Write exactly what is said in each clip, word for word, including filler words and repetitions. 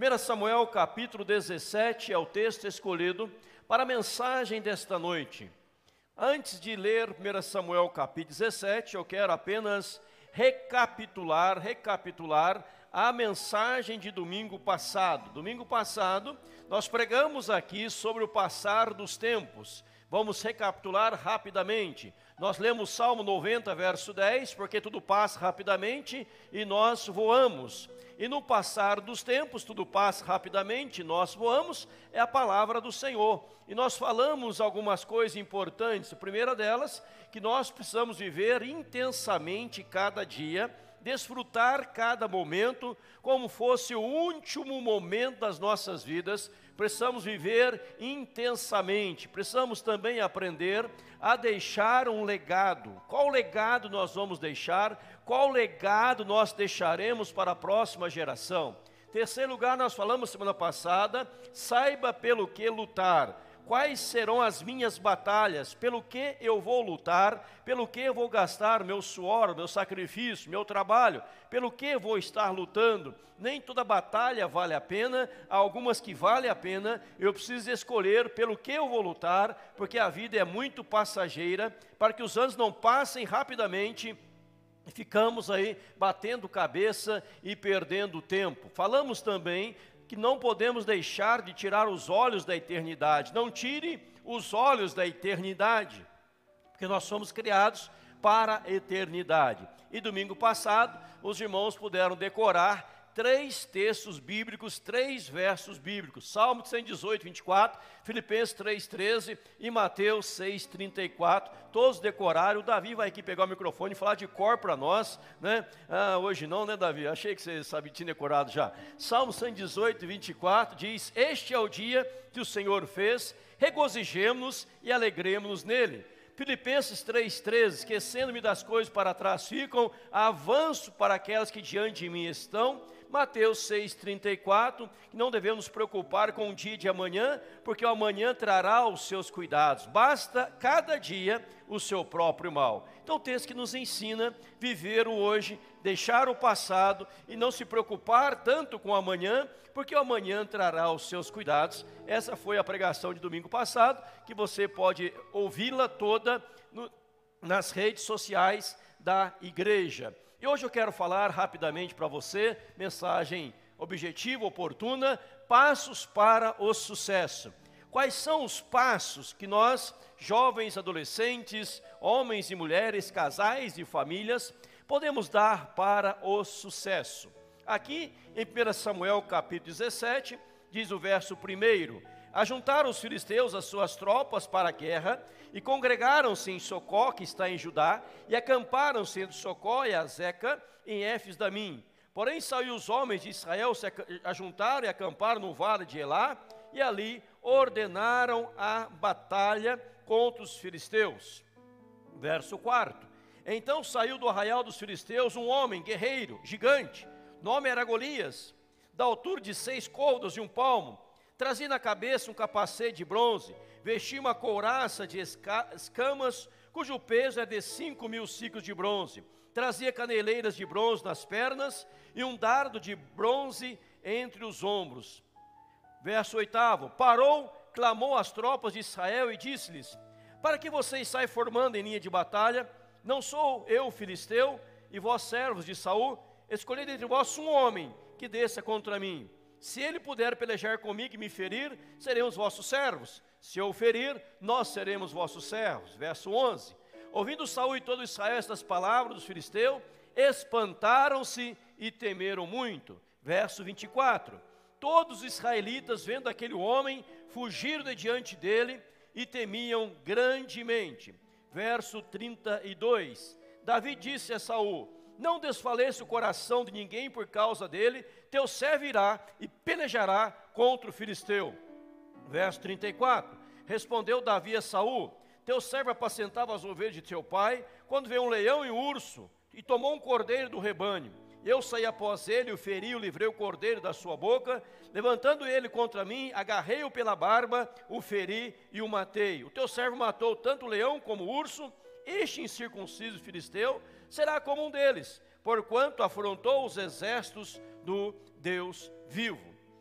primeiro Samuel capítulo dezessete é o texto escolhido para a mensagem desta noite. Antes de ler primeiro Samuel capítulo dezessete, eu quero apenas recapitular, recapitular a mensagem de domingo passado. Domingo passado, nós pregamos aqui sobre o passar dos tempos. Vamos recapitular rapidamente. Nós lemos Salmo noventa, verso dez, porque tudo passa rapidamente e nós voamos. E no passar dos tempos, tudo passa rapidamente, nós voamos, é a palavra do Senhor. E nós falamos algumas coisas importantes. A primeira delas, que nós precisamos viver intensamente cada dia, desfrutar cada momento, como fosse o último momento das nossas vidas. Precisamos viver intensamente, precisamos também aprender a deixar um legado. Qual legado nós vamos deixar? Qual legado nós deixaremos para a próxima geração? Terceiro lugar, nós falamos semana passada, saiba pelo que lutar. Quais serão as minhas batalhas? Pelo que eu vou lutar? Pelo que eu vou gastar meu suor, meu sacrifício, meu trabalho? Pelo que eu vou estar lutando? Nem toda batalha vale a pena, há algumas que valem a pena. Eu preciso escolher pelo que eu vou lutar, porque a vida é muito passageira, para que os anos não passem rapidamente. Ficamos aí batendo cabeça e perdendo tempo. Falamos também que não podemos deixar de tirar os olhos da eternidade. Não tire os olhos da eternidade, porque nós somos criados para a eternidade. E domingo passado, os irmãos puderam decorar três textos bíblicos, três versos bíblicos. Salmo cento e dezoito, vinte e quatro, Filipenses três, treze e Mateus seis, trinta e quatro. Todos decoraram. O Davi vai aqui pegar o microfone e falar de cor para nós, né? Ah, hoje não, né, Davi? Achei que você sabia, tinha decorado já. Salmo cento e dezoito, vinte e quatro diz: este é o dia que o Senhor fez, regozijemo-nos e alegremos-nos nele. Filipenses três, treze, esquecendo-me das coisas para trás ficam, avanço para aquelas que diante de mim estão. Mateus seis, trinta e quatro, que não devemos nos preocupar com o dia de amanhã, porque o amanhã trará os seus cuidados. Basta cada dia o seu próprio mal. Então o texto que nos ensina a viver o hoje, deixar o passado e não se preocupar tanto com o amanhã, porque o amanhã trará os seus cuidados. Essa foi a pregação de domingo passado, que você pode ouvi-la toda no, nas redes sociais da igreja. E hoje eu quero falar rapidamente para você, mensagem objetiva, oportuna, passos para o sucesso. Quais são os passos que nós, jovens, adolescentes, homens e mulheres, casais e famílias, podemos dar para o sucesso? Aqui em primeiro Samuel capítulo dezessete, diz o verso primeiro: ajuntaram os filisteus as suas tropas para a guerra e congregaram-se em Socó, que está em Judá, e acamparam-se entre Socó e Azeca, em Éfes-Damim. Porém saiu os homens de Israel, se ajuntaram e acamparam no vale de Elá, e ali ordenaram a batalha contra os filisteus. Verso quatro: então saiu do arraial dos filisteus um homem guerreiro, gigante, nome era Golias, da altura de seis côvados e um palmo. Trazia na cabeça um capacete de bronze, vestia uma couraça de escamas, cujo peso é de cinco mil ciclos de bronze. Trazia caneleiras de bronze nas pernas e um dardo de bronze entre os ombros. Verso oitavo: parou, clamou às tropas de Israel e disse-lhes: para que vocês saem formando em linha de batalha? Não sou eu filisteu e vós servos de Saul? Escolhi dentre vós um homem que desça contra mim. Se ele puder pelejar comigo e me ferir, seremos vossos servos. Se eu o ferir, nós seremos vossos servos. Verso onze: ouvindo Saul e todo Israel estas palavras dos filisteus, espantaram-se e temeram muito. Verso vinte e quatro: todos os israelitas, vendo aquele homem, fugiram de diante dele e temiam grandemente. Verso trinta e dois: Davi disse a Saul: não desfaleça o coração de ninguém por causa dele, teu servo irá e pelejará contra o filisteu. Verso trinta e quatro: respondeu Davi a Saul: teu servo apacentava as ovelhas de teu pai, quando veio um leão e um urso, e tomou um cordeiro do rebanho. Eu saí após ele, o feri, o livrei o cordeiro da sua boca, levantando ele contra mim, agarrei-o pela barba, o feri e o matei. O teu servo matou tanto o leão como o urso. Este incircunciso filisteu será como um deles, porquanto afrontou os exércitos do Deus vivo.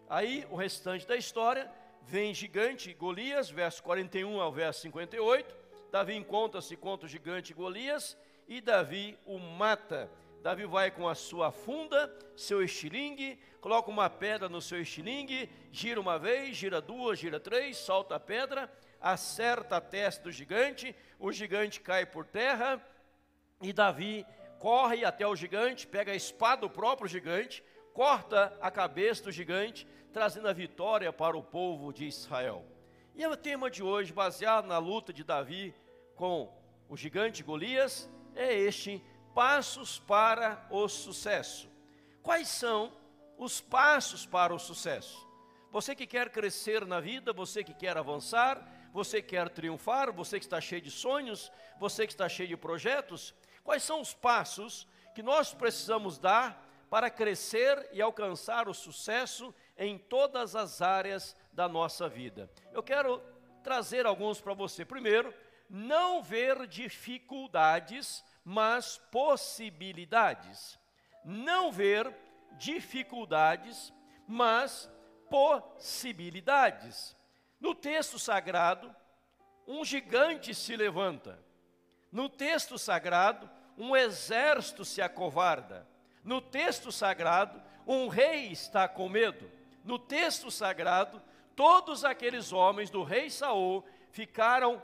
Aí o restante da história, vem gigante Golias, verso quarenta e um ao verso cinquenta e oito. Davi encontra-se contra o gigante Golias e Davi o mata. Davi vai com a sua funda, seu estilingue, coloca uma pedra no seu estilingue, gira uma vez, gira duas, gira três, solta a pedra, acerta a testa do gigante, o gigante cai por terra e Davi corre até o gigante, pega a espada do próprio gigante, corta a cabeça do gigante, trazendo a vitória para o povo de Israel. E o tema de hoje, baseado na luta de Davi com o gigante Golias, é este: passos para o sucesso. Quais são os passos para o sucesso? Você que quer crescer na vida, você que quer avançar, você que quer triunfar, você que está cheio de sonhos, você que está cheio de projetos, quais são os passos que nós precisamos dar para crescer e alcançar o sucesso em todas as áreas da nossa vida? Eu quero trazer alguns para você. Primeiro, não ver dificuldades, mas possibilidades. Não ver dificuldades, mas possibilidades. No texto sagrado, um gigante se levanta. No texto sagrado, um exército se acovarda. No texto sagrado, um rei está com medo. No texto sagrado, todos aqueles homens do rei Saul ficaram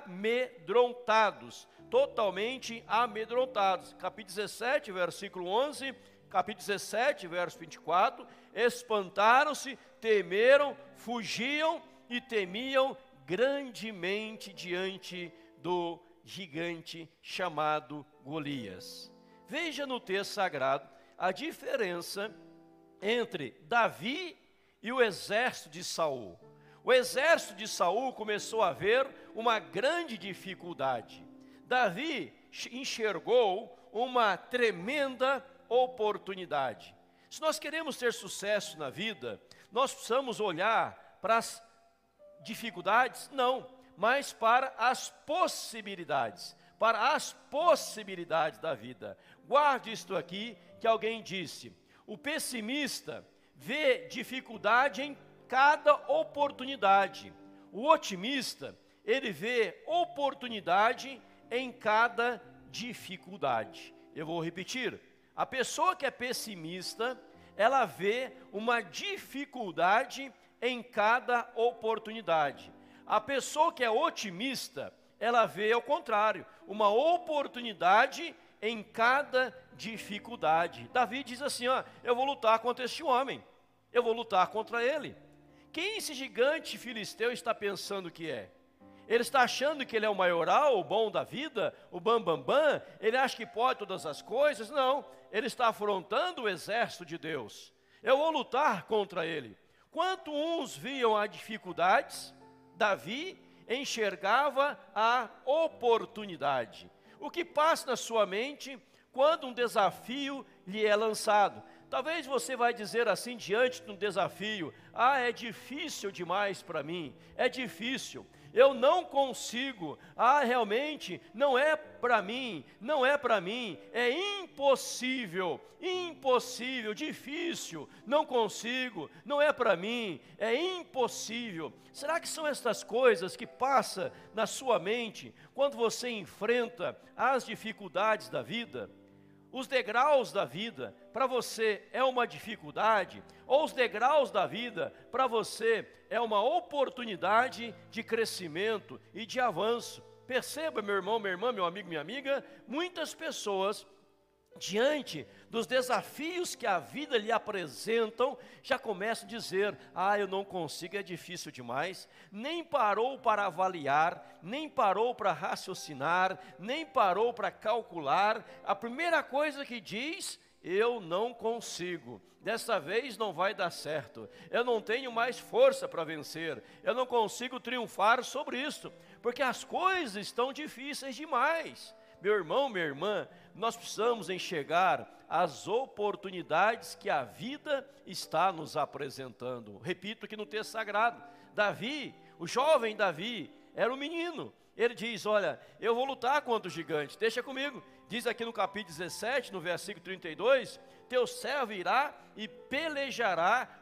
amedrontados, totalmente amedrontados. Capítulo dezessete, versículo onze, capítulo dezessete, verso vinte e quatro, espantaram-se, temeram, fugiam e temiam grandemente diante do gigante chamado Golias. Veja no texto sagrado a diferença entre Davi e o exército de Saul. O exército de Saul começou a ver uma grande dificuldade. Davi enxergou uma tremenda oportunidade. Se nós queremos ter sucesso na vida, nós precisamos olhar para as dificuldades? Não, mas para as possibilidades. Para as possibilidades da vida. Guarde isto aqui que alguém disse: o pessimista vê dificuldade em cada oportunidade. O otimista, ele vê oportunidade em cada dificuldade. Eu vou repetir: a pessoa que é pessimista, ela vê uma dificuldade em cada oportunidade. A pessoa que é otimista, ela vê ao contrário, uma oportunidade em cada dificuldade. Davi diz assim, ó, eu vou lutar contra este homem, eu vou lutar contra ele. Quem esse gigante filisteu está pensando que é? Ele está achando que ele é o maioral, o bom da vida, o bambambam, bam, bam, ele acha que pode todas as coisas? Não, ele está afrontando o exército de Deus. Eu vou lutar contra ele. Quanto uns viam as dificuldades, Davi enxergava a oportunidade. O que passa na sua mente quando um desafio lhe é lançado? Talvez você vai dizer assim diante de um desafio: ah, é difícil demais para mim, é difícil, eu não consigo, ah, realmente não é para mim, não é para mim, é impossível, impossível, difícil, não consigo, não é para mim, é impossível. Será que são estas coisas que passam na sua mente quando você enfrenta as dificuldades da vida? Os degraus da vida, para você, é uma dificuldade? Ou os degraus da vida, para você, é uma oportunidade de crescimento e de avanço? Perceba, meu irmão, minha irmã, meu amigo, minha amiga, muitas pessoas, diante dos desafios que a vida lhe apresentam, já começam a dizer: ah, eu não consigo, é difícil demais. Nem parou para avaliar, nem parou para raciocinar, nem parou para calcular. A primeira coisa que diz: eu não consigo, dessa vez não vai dar certo, eu não tenho mais força para vencer, eu não consigo triunfar sobre isso, porque as coisas estão difíceis demais. Meu irmão, minha irmã, nós precisamos enxergar as oportunidades que a vida está nos apresentando. Repito que no texto sagrado, Davi, o jovem Davi, era um menino. Ele diz: olha, eu vou lutar contra o gigante, deixa comigo. Diz aqui no capítulo dezessete, no versículo trinta e dois, teu servo irá e pelejará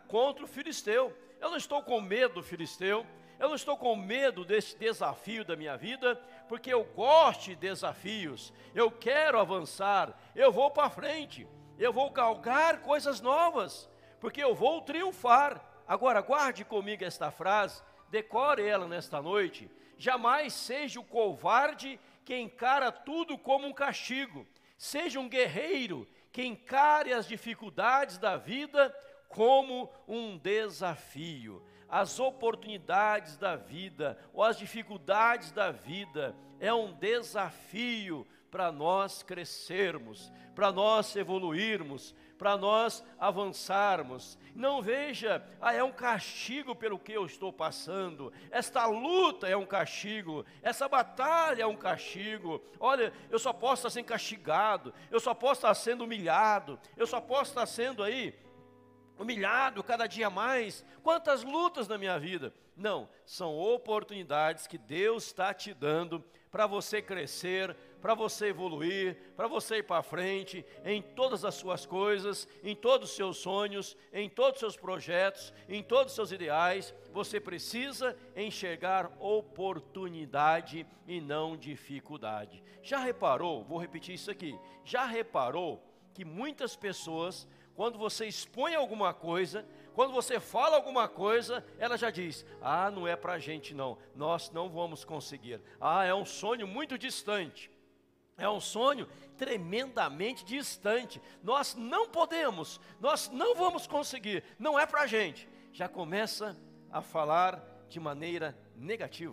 contra o filisteu. Eu não estou com medo do filisteu, eu não estou com medo desse desafio da minha vida, porque eu gosto de desafios, eu quero avançar, eu vou para frente, eu vou galgar coisas novas, porque eu vou triunfar. Agora guarde comigo esta frase, decore ela nesta noite: jamais seja o covarde que encara tudo como um castigo, seja um guerreiro que encare as dificuldades da vida como um desafio. As oportunidades da vida, ou as dificuldades da vida, é um desafio para nós crescermos, para nós evoluirmos, para nós avançarmos. Não veja, ah, é um castigo pelo que eu estou passando, esta luta é um castigo, essa batalha é um castigo. Olha, eu só posso estar sendo castigado, eu só posso estar sendo humilhado, eu só posso estar sendo aí humilhado cada dia mais. Quantas lutas na minha vida. Não, são oportunidades que Deus está te dando para você crescer, para você evoluir, para você ir para frente em todas as suas coisas, em todos os seus sonhos, em todos os seus projetos, em todos os seus ideais. Você precisa enxergar oportunidade e não dificuldade. Já reparou, vou repetir isso aqui, já reparou que muitas pessoas, quando você expõe alguma coisa, quando você fala alguma coisa, ela já diz: ah, não é para a gente não, nós não vamos conseguir. Ah, é um sonho muito distante, é um sonho tremendamente distante, nós não podemos, nós não vamos conseguir, não é para a gente. Já começa a falar de maneira negativa.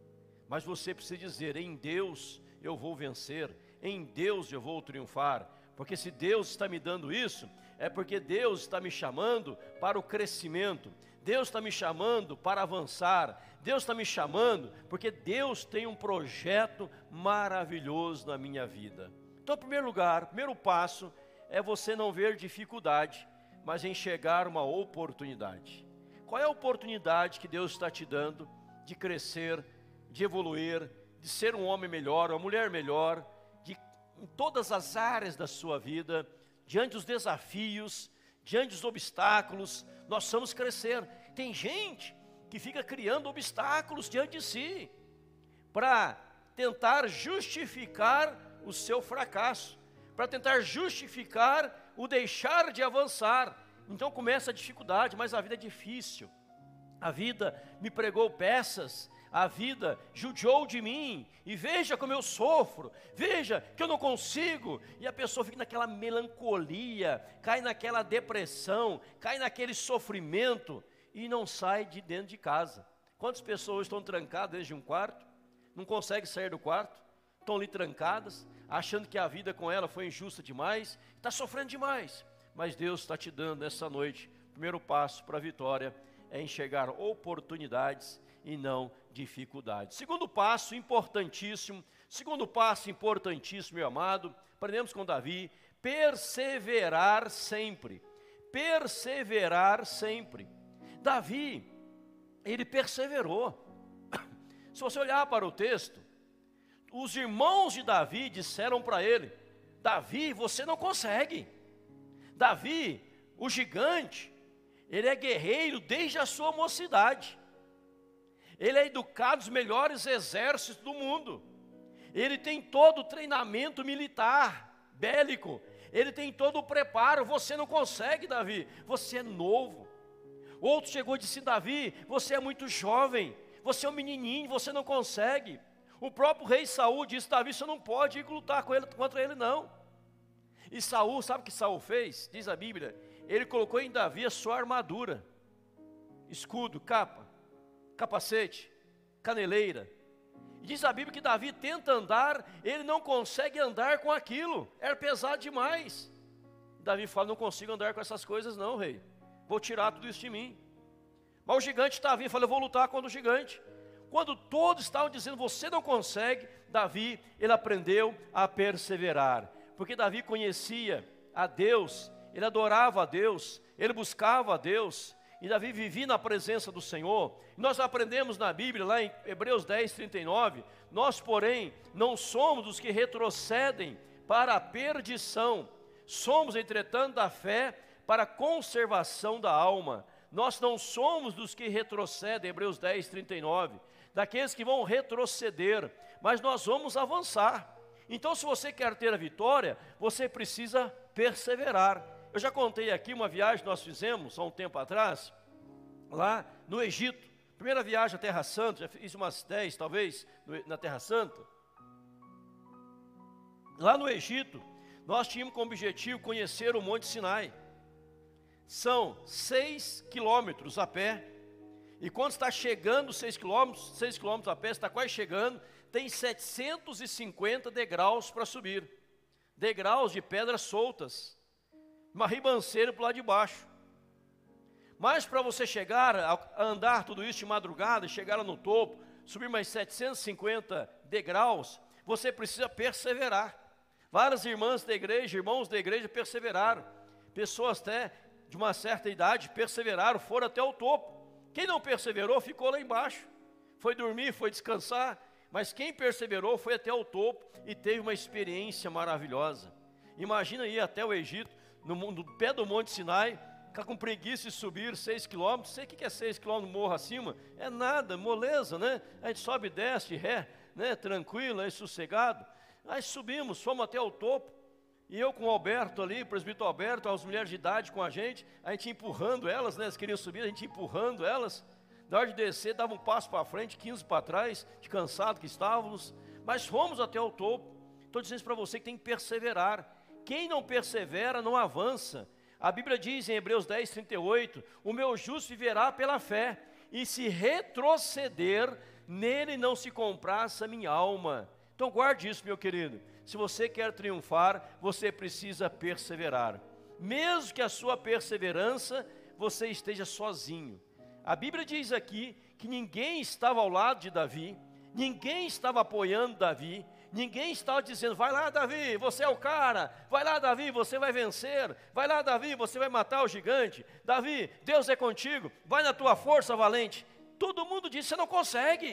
Mas você precisa dizer: em Deus eu vou vencer, em Deus eu vou triunfar, porque se Deus está me dando isso, é porque Deus está me chamando para o crescimento, Deus está me chamando para avançar, Deus está me chamando porque Deus tem um projeto maravilhoso na minha vida. Então, em primeiro lugar, o primeiro passo é você não ver dificuldade, mas enxergar uma oportunidade. Qual é a oportunidade que Deus está te dando de crescer, de evoluir, de ser um homem melhor, uma mulher melhor, de, em todas as áreas da sua vida, diante dos desafios, diante dos obstáculos, nós vamos crescer. Tem gente que fica criando obstáculos diante de si, para tentar justificar o seu fracasso, para tentar justificar o deixar de avançar. Então começa a dificuldade, mas a vida é difícil, a vida me pregou peças, a vida judiou de mim, e veja como eu sofro, veja que eu não consigo, e a pessoa fica naquela melancolia, cai naquela depressão, cai naquele sofrimento, e não sai de dentro de casa. Quantas pessoas estão trancadas dentro de um quarto, não conseguem sair do quarto, estão ali trancadas, achando que a vida com ela foi injusta demais, está sofrendo demais, mas Deus está te dando nessa noite, o primeiro passo para a vitória, é enxergar oportunidades e não dificuldades. Segundo passo importantíssimo, segundo passo importantíssimo, meu amado, aprendemos com Davi: perseverar sempre, perseverar sempre. Davi, ele perseverou. Se você olhar para o texto, os irmãos de Davi disseram para ele: Davi, você não consegue. Davi, o gigante, ele é guerreiro desde a sua mocidade. Ele é educado nos melhores exércitos do mundo. Ele tem todo o treinamento militar, bélico. Ele tem todo o preparo. Você não consegue, Davi. Você é novo. Outro chegou e disse: Davi, você é muito jovem. Você é um menininho, você não consegue. O próprio rei Saul disse: Davi, você não pode ir lutar com ele, contra ele não. E Saul, sabe o que Saul fez? Diz a Bíblia, ele colocou em Davi a sua armadura, escudo, capa, capacete, caneleira. E diz a Bíblia que Davi tenta andar, ele não consegue andar com aquilo, era pesado demais. Davi fala: não consigo andar com essas coisas não, rei, vou tirar tudo isso de mim. Mas o gigante está vindo, fala: eu vou lutar contra o gigante. Quando todos estavam dizendo: você não consegue, Davi, ele aprendeu a perseverar, porque Davi conhecia a Deus, ele adorava a Deus, ele buscava a Deus, e Davi vivia na presença do Senhor. Nós aprendemos na Bíblia, lá em Hebreus dez, trinta e nove, nós porém não somos os que retrocedem para a perdição, somos entretanto da fé para a conservação da alma. nós não somos dos que retrocedem, Hebreus dez, trinta e nove, daqueles que vão retroceder, mas nós vamos avançar. Então, se você quer ter a vitória, você precisa perseverar. Eu já contei aqui uma viagem que nós fizemos há um tempo atrás, lá no Egito. Primeira viagem à Terra Santa, já fiz umas dez talvez, na Terra Santa. Lá no Egito, nós tínhamos como objetivo conhecer o Monte Sinai. São seis quilômetros a pé, e quando está chegando seis quilômetros, seis quilômetros a pé, está quase chegando, tem setecentos e cinquenta degraus para subir. Degraus de pedras soltas, uma ribanceira para o lado de baixo. Mas para você chegar, a andar tudo isso de madrugada, chegar lá no topo, subir mais setecentos e cinquenta degraus, você precisa perseverar. Várias irmãs da igreja, irmãos da igreja perseveraram. Pessoas até de uma certa idade perseveraram, foram até o topo. Quem não perseverou ficou lá embaixo. Foi dormir, foi descansar. Mas quem perseverou foi até o topo e teve uma experiência maravilhosa. Imagina ir até o Egito, no, no pé do Monte Sinai, ficar com preguiça de subir seis quilômetros. Sei o que é seis quilômetros morro acima? É nada, moleza, né? A gente sobe e desce, ré, né? Tranquilo, aí sossegado. Aí subimos, fomos até o topo. E eu com o Alberto ali, o presbítero Alberto, as mulheres de idade com a gente, a gente empurrando elas, né? Elas queriam subir, a gente empurrando elas. Na hora de descer, dava um passo para frente, quinze para trás, de cansado que estávamos. Mas fomos até o topo. Estou dizendo isso para você que tem que perseverar. Quem não persevera não avança. A Bíblia diz em Hebreus dez, trinta e oito, o meu justo viverá pela fé, e se retroceder, nele não se compraça minha alma. Então guarde isso, meu querido. Se você quer triunfar, você precisa perseverar. Mesmo que a sua perseverança, você esteja sozinho. A Bíblia diz aqui que ninguém estava ao lado de Davi, ninguém estava apoiando Davi, ninguém estava dizendo, vai lá Davi, você é o cara, vai lá Davi, você vai vencer, vai lá Davi, você vai matar o gigante, Davi, Deus é contigo, vai na tua força valente. Todo mundo disse, você não consegue,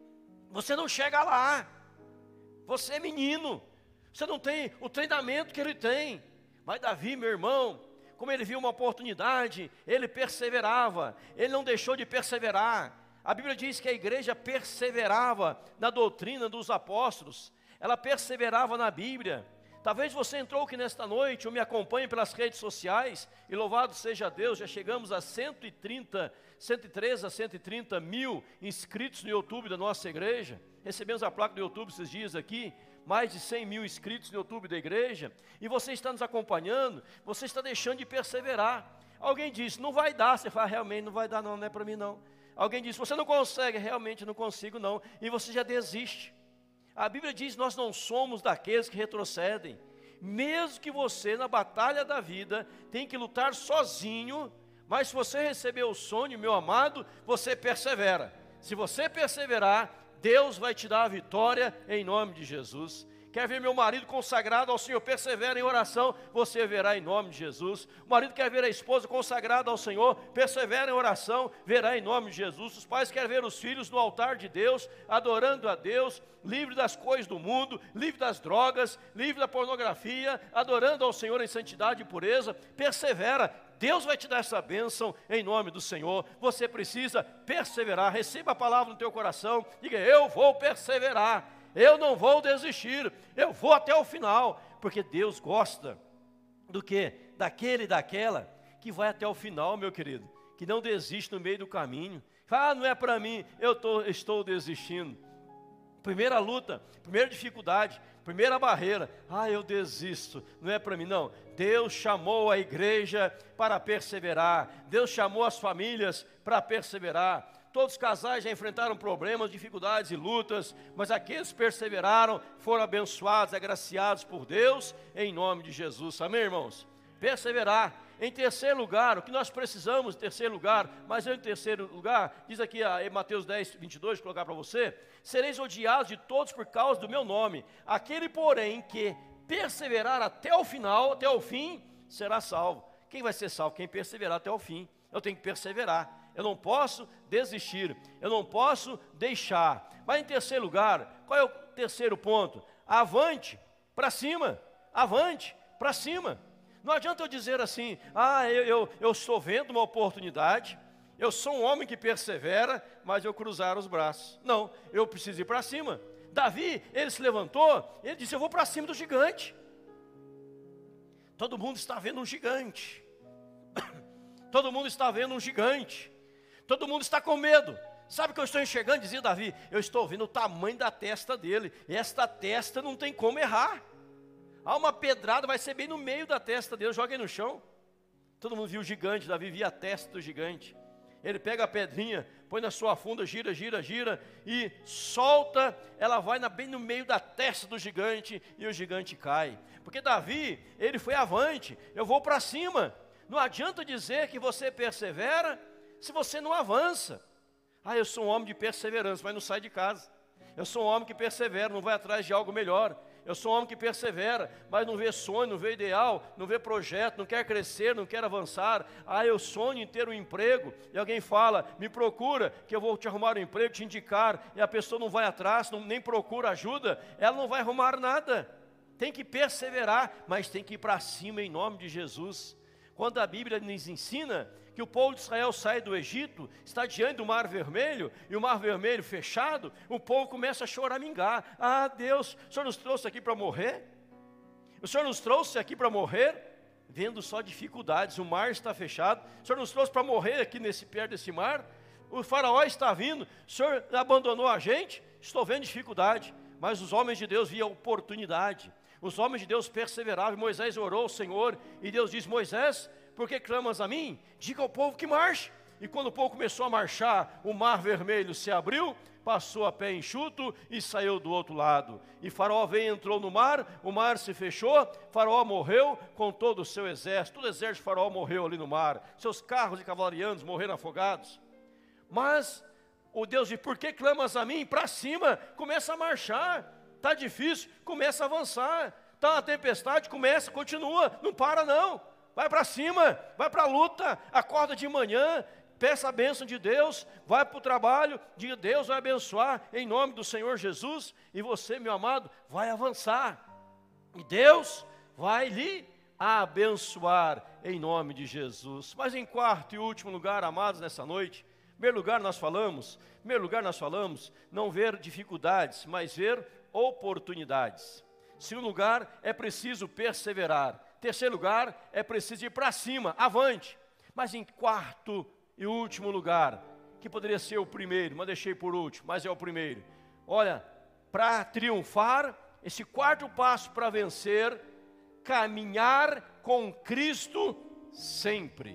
você não chega lá, você é menino, você não tem o treinamento que ele tem. Mas Davi, meu irmão, como ele viu uma oportunidade, ele perseverava, ele não deixou de perseverar. A Bíblia diz que a igreja perseverava na doutrina dos apóstolos, ela perseverava na Bíblia. Talvez você entrou aqui nesta noite, ou me acompanhe pelas redes sociais, e louvado seja Deus, já chegamos a cento e trinta, cento e treze a cento e trinta mil inscritos no YouTube da nossa igreja. Recebemos a placa do YouTube esses dias aqui, mais de cem mil inscritos no YouTube da igreja, e você está nos acompanhando, você está deixando de perseverar. Alguém disse, não vai dar, você fala, realmente não vai dar não, não é para mim não. Alguém disse, você não consegue, realmente não consigo não, e você já desiste. A Bíblia diz, nós não somos daqueles que retrocedem, mesmo que você na batalha da vida tem que lutar sozinho, mas se você receber o sonho, meu amado, você persevera. Se você perseverar, Deus vai te dar a vitória em nome de Jesus. Quer ver meu marido consagrado ao Senhor, persevera em oração, você verá em nome de Jesus. O marido quer ver a esposa consagrada ao Senhor, persevera em oração, verá em nome de Jesus. Os pais querem ver os filhos no altar de Deus, adorando a Deus, livre das coisas do mundo, livre das drogas, livre da pornografia, adorando ao Senhor em santidade e pureza. Persevera, Deus vai te dar essa bênção em nome do Senhor. Você precisa perseverar, receba a palavra no teu coração, diga, eu vou perseverar. Eu não vou desistir, eu vou até o final, porque Deus gosta do que? Daquele e daquela que vai até o final, meu querido, que não desiste no meio do caminho. Ah, não é para mim, eu tô, estou desistindo. Primeira luta, primeira dificuldade, primeira barreira, ah, eu desisto, não é para mim, não. Deus chamou a igreja para perseverar, Deus chamou as famílias para perseverar. Todos os casais já enfrentaram problemas, dificuldades e lutas, mas aqueles que perseveraram foram abençoados, agraciados por Deus, em nome de Jesus. Amém, irmãos? Perseverar. Em terceiro lugar, o que nós precisamos, em terceiro lugar, mas em terceiro lugar, diz aqui em Mateus dez, vinte e dois, vou colocar para você, sereis odiados de todos por causa do meu nome. Aquele, porém, que perseverar até o final, até o fim, será salvo. Quem vai ser salvo? Quem perseverar até o fim. Eu tenho que perseverar. Eu não posso desistir, eu não posso deixar. Mas em terceiro lugar, qual é o terceiro ponto? Avante, para cima, avante, para cima. Não adianta eu dizer assim, ah, eu, eu, eu estou vendo uma oportunidade, eu sou um homem que persevera, mas eu cruzar os braços. Não, eu preciso ir para cima. Davi, ele se levantou, ele disse, eu vou para cima do gigante. Todo mundo está vendo um gigante. Todo mundo está vendo um gigante. Todo mundo está com medo. Sabe o que eu estou enxergando? Dizia Davi, eu estou vendo o tamanho da testa dele. E esta testa não tem como errar. Há uma pedrada, vai ser bem no meio da testa dele, joga aí no chão. Todo mundo viu o gigante, Davi via a testa do gigante. Ele pega a pedrinha, põe na sua funda, gira, gira, gira, e solta, ela vai na, bem no meio da testa do gigante, e o gigante cai. Porque Davi, ele foi avante, eu vou para cima. Não adianta dizer que você persevera, se você não avança. Ah, eu sou um homem de perseverança, mas não sai de casa. Eu sou um homem que persevera, não vai atrás de algo melhor. Eu sou um homem que persevera, mas não vê sonho, não vê ideal, não vê projeto, não quer crescer, não quer avançar. Ah, eu sonho em ter um emprego, e alguém fala, me procura, que eu vou te arrumar um emprego, te indicar, e a pessoa não vai atrás, não, nem procura ajuda, ela não vai arrumar nada. Tem que perseverar, mas tem que ir para cima em nome de Jesus. Quando a Bíblia nos ensina que o povo de Israel sai do Egito, está diante do Mar Vermelho, e o Mar Vermelho fechado, o povo começa a choramingar. Ah, Deus, o Senhor nos trouxe aqui para morrer? O Senhor nos trouxe aqui para morrer? Vendo só dificuldades, o mar está fechado. O Senhor nos trouxe para morrer aqui nesse perto desse mar? O faraó está vindo, o Senhor abandonou a gente? Estou vendo dificuldade, mas os homens de Deus viam oportunidade. Os homens de Deus perseveravam. Moisés orou ao Senhor, e Deus disse, Moisés, por que clamas a mim? Diga ao povo que marche. E quando o povo começou a marchar, o Mar Vermelho se abriu, passou a pé enxuto e saiu do outro lado. E Faraó veio e entrou no mar, o mar se fechou, Faraó morreu com todo o seu exército. Todo o exército de Faraó morreu ali no mar. Seus carros e cavalarianos morreram afogados. Mas o Deus disse, por que clamas a mim? Para cima, começa a marchar. Está difícil, começa a avançar. Está uma tempestade, começa, continua, não para não. Vai para cima, vai para a luta, acorda de manhã, peça a bênção de Deus, vai para o trabalho, diga, Deus vai abençoar em nome do Senhor Jesus, e você, meu amado, vai avançar, e Deus vai lhe abençoar em nome de Jesus. Mas em quarto e último lugar, amados, nessa noite, em primeiro lugar nós falamos, em primeiro lugar nós falamos, não ver dificuldades, mas ver oportunidades. Em segundo lugar, é preciso perseverar. Terceiro lugar, é preciso ir para cima, avante. Mas em quarto e último lugar, que poderia ser o primeiro, mas deixei por último, mas é o primeiro. Olha, para triunfar, esse quarto passo para vencer, caminhar com Cristo sempre.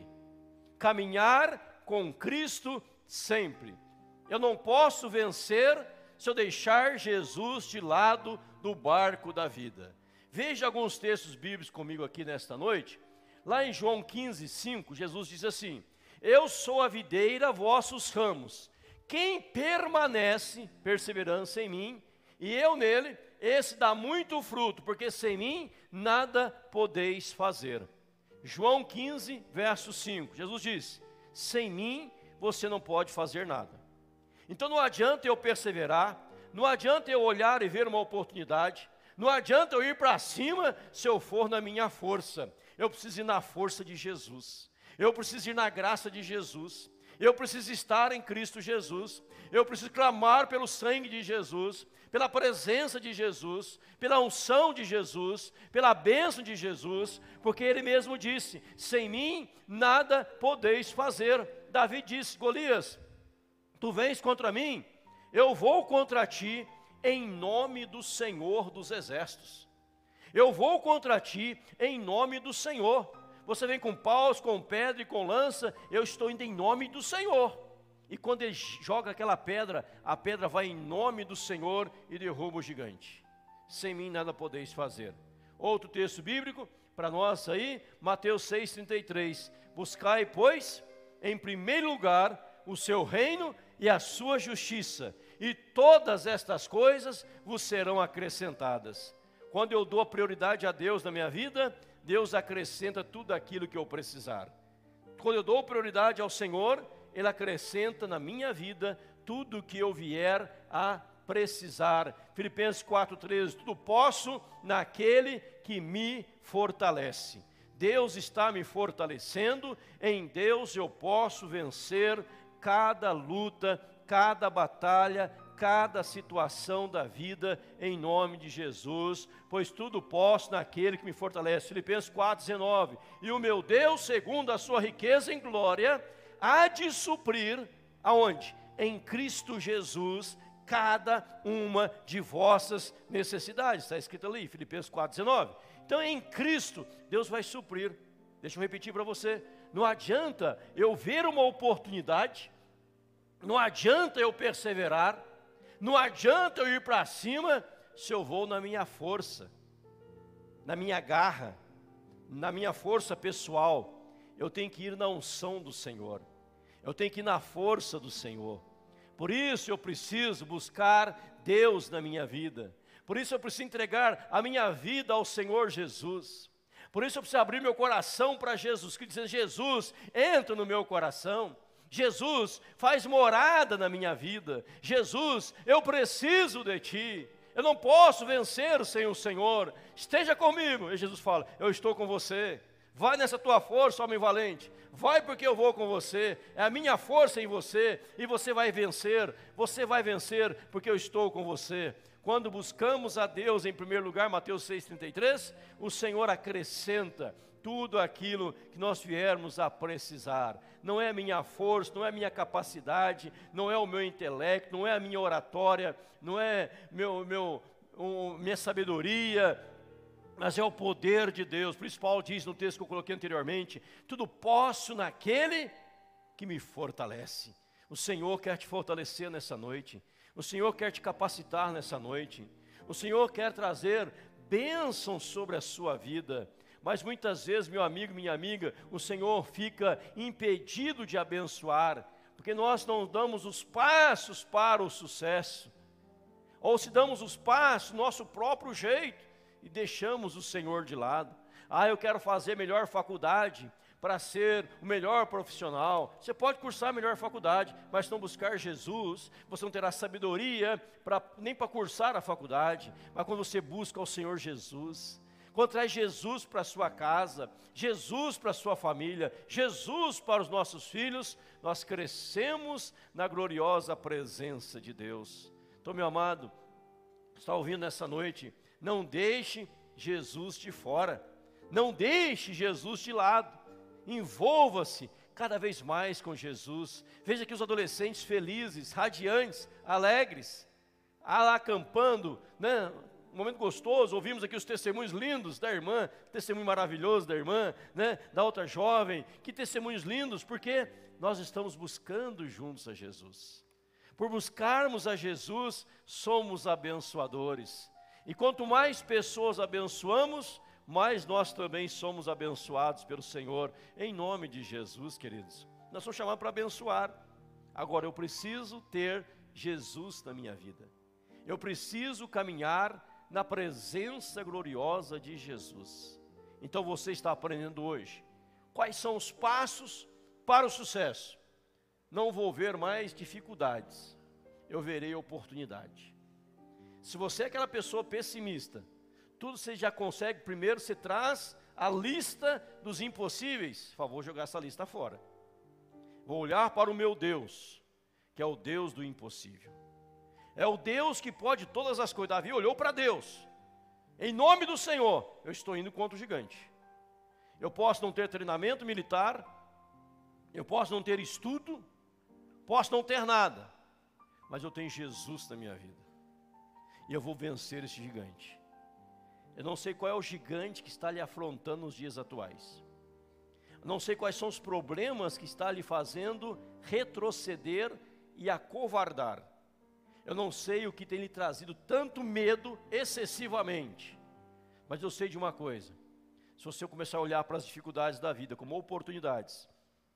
Caminhar com Cristo sempre. Eu não posso vencer se eu deixar Jesus de lado do barco da vida. Veja alguns textos bíblicos comigo aqui nesta noite. Lá em João quinze, cinco, Jesus diz assim, eu sou a videira, vossos ramos. Quem permanece, perseverança em mim, e eu nele, esse dá muito fruto, porque sem mim nada podeis fazer. João quinze, verso cinco, Jesus diz, sem mim você não pode fazer nada. Então não adianta eu perseverar, não adianta eu olhar e ver uma oportunidade, não adianta eu ir para cima se eu for na minha força. Eu preciso ir na força de Jesus. Eu preciso ir na graça de Jesus. Eu preciso estar em Cristo Jesus. Eu preciso clamar pelo sangue de Jesus, pela presença de Jesus, pela unção de Jesus, pela bênção de Jesus, porque Ele mesmo disse, sem mim nada podeis fazer. Davi disse, Golias, tu vens contra mim, eu vou contra ti, em nome do Senhor dos Exércitos. Eu vou contra ti em nome do Senhor. Você vem com paus, com pedra e com lança, eu estou indo em nome do Senhor. E quando ele joga aquela pedra, a pedra vai em nome do Senhor e derruba o gigante. Sem mim nada podeis fazer. Outro texto bíblico para nós aí, Mateus seis, trinta e três. Buscai, pois, em primeiro lugar, o seu reino e a sua justiça, e todas estas coisas vos serão acrescentadas. Quando eu dou a prioridade a Deus na minha vida, Deus acrescenta tudo aquilo que eu precisar. Quando eu dou prioridade ao Senhor, Ele acrescenta na minha vida tudo que eu vier a precisar. Filipenses quatro, treze, tudo posso naquele que me fortalece. Deus está me fortalecendo, em Deus eu posso vencer cada luta, cada batalha, cada situação da vida, em nome de Jesus, pois tudo posso naquele que me fortalece. Filipenses quatro, dezenove. E o meu Deus, segundo a sua riqueza em glória, há de suprir, aonde? Em Cristo Jesus, cada uma de vossas necessidades. Está escrito ali, Filipenses quatro, dezenove. Então em Cristo, Deus vai suprir. Deixa eu repetir para você. Não adianta eu ver uma oportunidade, não adianta eu perseverar, não adianta eu ir para cima, se eu vou na minha força, na minha garra, na minha força pessoal. Eu tenho que ir na unção do Senhor, eu tenho que ir na força do Senhor. Por isso eu preciso buscar Deus na minha vida. Por isso eu preciso entregar a minha vida ao Senhor Jesus. Por isso eu preciso abrir meu coração para Jesus, que dizer: Jesus, entra no meu coração. Jesus, faz morada na minha vida. Jesus, eu preciso de Ti. Eu não posso vencer sem o Senhor. Esteja comigo. E Jesus fala: eu estou com você. Vai nessa tua força, homem valente. Vai porque eu vou com você. É a minha força em você. E você vai vencer. Você vai vencer porque eu estou com você. Quando buscamos a Deus em primeiro lugar, Mateus seis, trinta e três, o Senhor acrescenta tudo aquilo que nós viermos a precisar. Não é a minha força, não é a minha capacidade, não é o meu intelecto, não é a minha oratória, não é meu, meu, um, minha sabedoria, mas é o poder de Deus. Por isso Paulo diz no texto que eu coloquei anteriormente: tudo posso naquele que me fortalece. O Senhor quer te fortalecer nessa noite. O Senhor quer te capacitar nessa noite. O Senhor quer trazer bênçãos sobre a sua vida. Mas muitas vezes, meu amigo, minha amiga, o Senhor fica impedido de abençoar, porque nós não damos os passos para o sucesso. Ou se damos os passos, nosso próprio jeito, e deixamos o Senhor de lado. Ah, eu quero fazer melhor faculdade para ser o melhor profissional. Você pode cursar a melhor faculdade, mas se não buscar Jesus, você não terá sabedoria pra, nem para cursar a faculdade. Mas quando você busca o Senhor Jesus, quando traz Jesus para a sua casa, Jesus para a sua família, Jesus para os nossos filhos, nós crescemos na gloriosa presença de Deus. Então, meu amado, está ouvindo nessa noite, não deixe Jesus de fora, não deixe Jesus de lado. Envolva-se cada vez mais com Jesus. Veja aqui os adolescentes felizes, radiantes, alegres, lá acampando, né? Um momento gostoso. Ouvimos aqui os testemunhos lindos da irmã, testemunho maravilhoso da irmã, né? Da outra jovem. Que testemunhos lindos, porque nós estamos buscando juntos a Jesus. Por buscarmos a Jesus, somos abençoadores. E quanto mais pessoas abençoamos, mas nós também somos abençoados pelo Senhor, em nome de Jesus, queridos. Nós somos chamados para abençoar. Agora, eu preciso ter Jesus na minha vida. Eu preciso caminhar na presença gloriosa de Jesus. Então você está aprendendo hoje quais são os passos para o sucesso. Não vou ver mais dificuldades, eu verei oportunidade. Se você é aquela pessoa pessimista, tudo você já consegue, primeiro você traz a lista dos impossíveis. Por favor, jogar essa lista fora. Vou olhar para o meu Deus, que é o Deus do impossível. É o Deus que pode todas as coisas. Davi olhou para Deus. Em nome do Senhor, eu estou indo contra o gigante. Eu posso não ter treinamento militar, eu posso não ter estudo, posso não ter nada, mas eu tenho Jesus na minha vida. E eu vou vencer esse gigante. Eu não sei qual é o gigante que está lhe afrontando nos dias atuais. Eu não sei quais são os problemas que está lhe fazendo retroceder e acovardar. Eu não sei o que tem lhe trazido tanto medo excessivamente. Mas eu sei de uma coisa. Se você começar a olhar para as dificuldades da vida como oportunidades,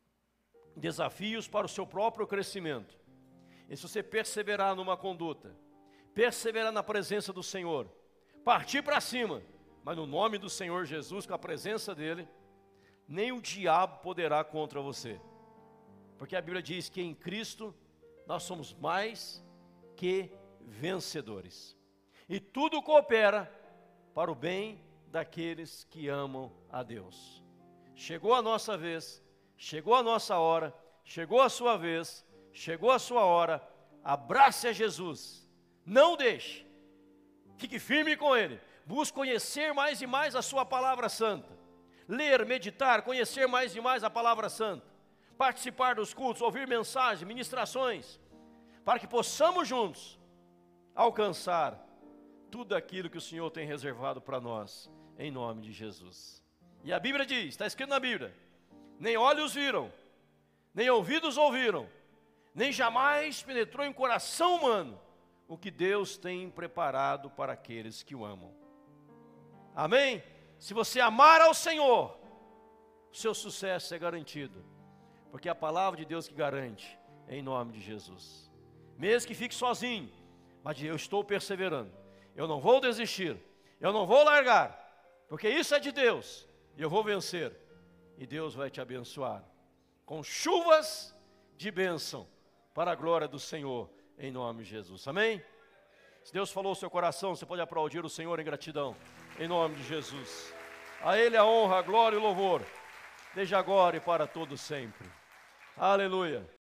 desafios para o seu próprio crescimento, e se você perseverar numa conduta, perseverar na presença do Senhor, partir para cima, mas no nome do Senhor Jesus, com a presença dEle, nem o diabo poderá contra você. Porque a Bíblia diz que em Cristo nós somos mais que vencedores. E tudo coopera para o bem daqueles que amam a Deus. chegou a nossa vez, chegou a nossa hora, chegou a sua vez, chegou a sua hora, abrace a Jesus, não deixe, fique firme com Ele, busque conhecer mais e mais a sua palavra santa, ler, meditar, conhecer mais e mais a palavra santa, participar dos cultos, ouvir mensagens, ministrações, para que possamos juntos alcançar tudo aquilo que o Senhor tem reservado para nós, em nome de Jesus. E a Bíblia diz, está escrito na Bíblia, nem olhos viram, nem ouvidos ouviram, nem jamais penetrou em coração humano o que Deus tem preparado para aqueles que o amam. Amém? Se você amar ao Senhor, o seu sucesso é garantido, porque é a palavra de Deus que garante, em nome de Jesus. Mesmo que fique sozinho, mas eu estou perseverando, eu não vou desistir, eu não vou largar, porque isso é de Deus, e eu vou vencer, e Deus vai te abençoar, com chuvas de bênção, para a glória do Senhor, em nome de Jesus, amém? Se Deus falou o seu coração, você pode aplaudir o Senhor em gratidão, em nome de Jesus. A Ele a honra, a glória e o louvor, desde agora e para todo sempre. Aleluia.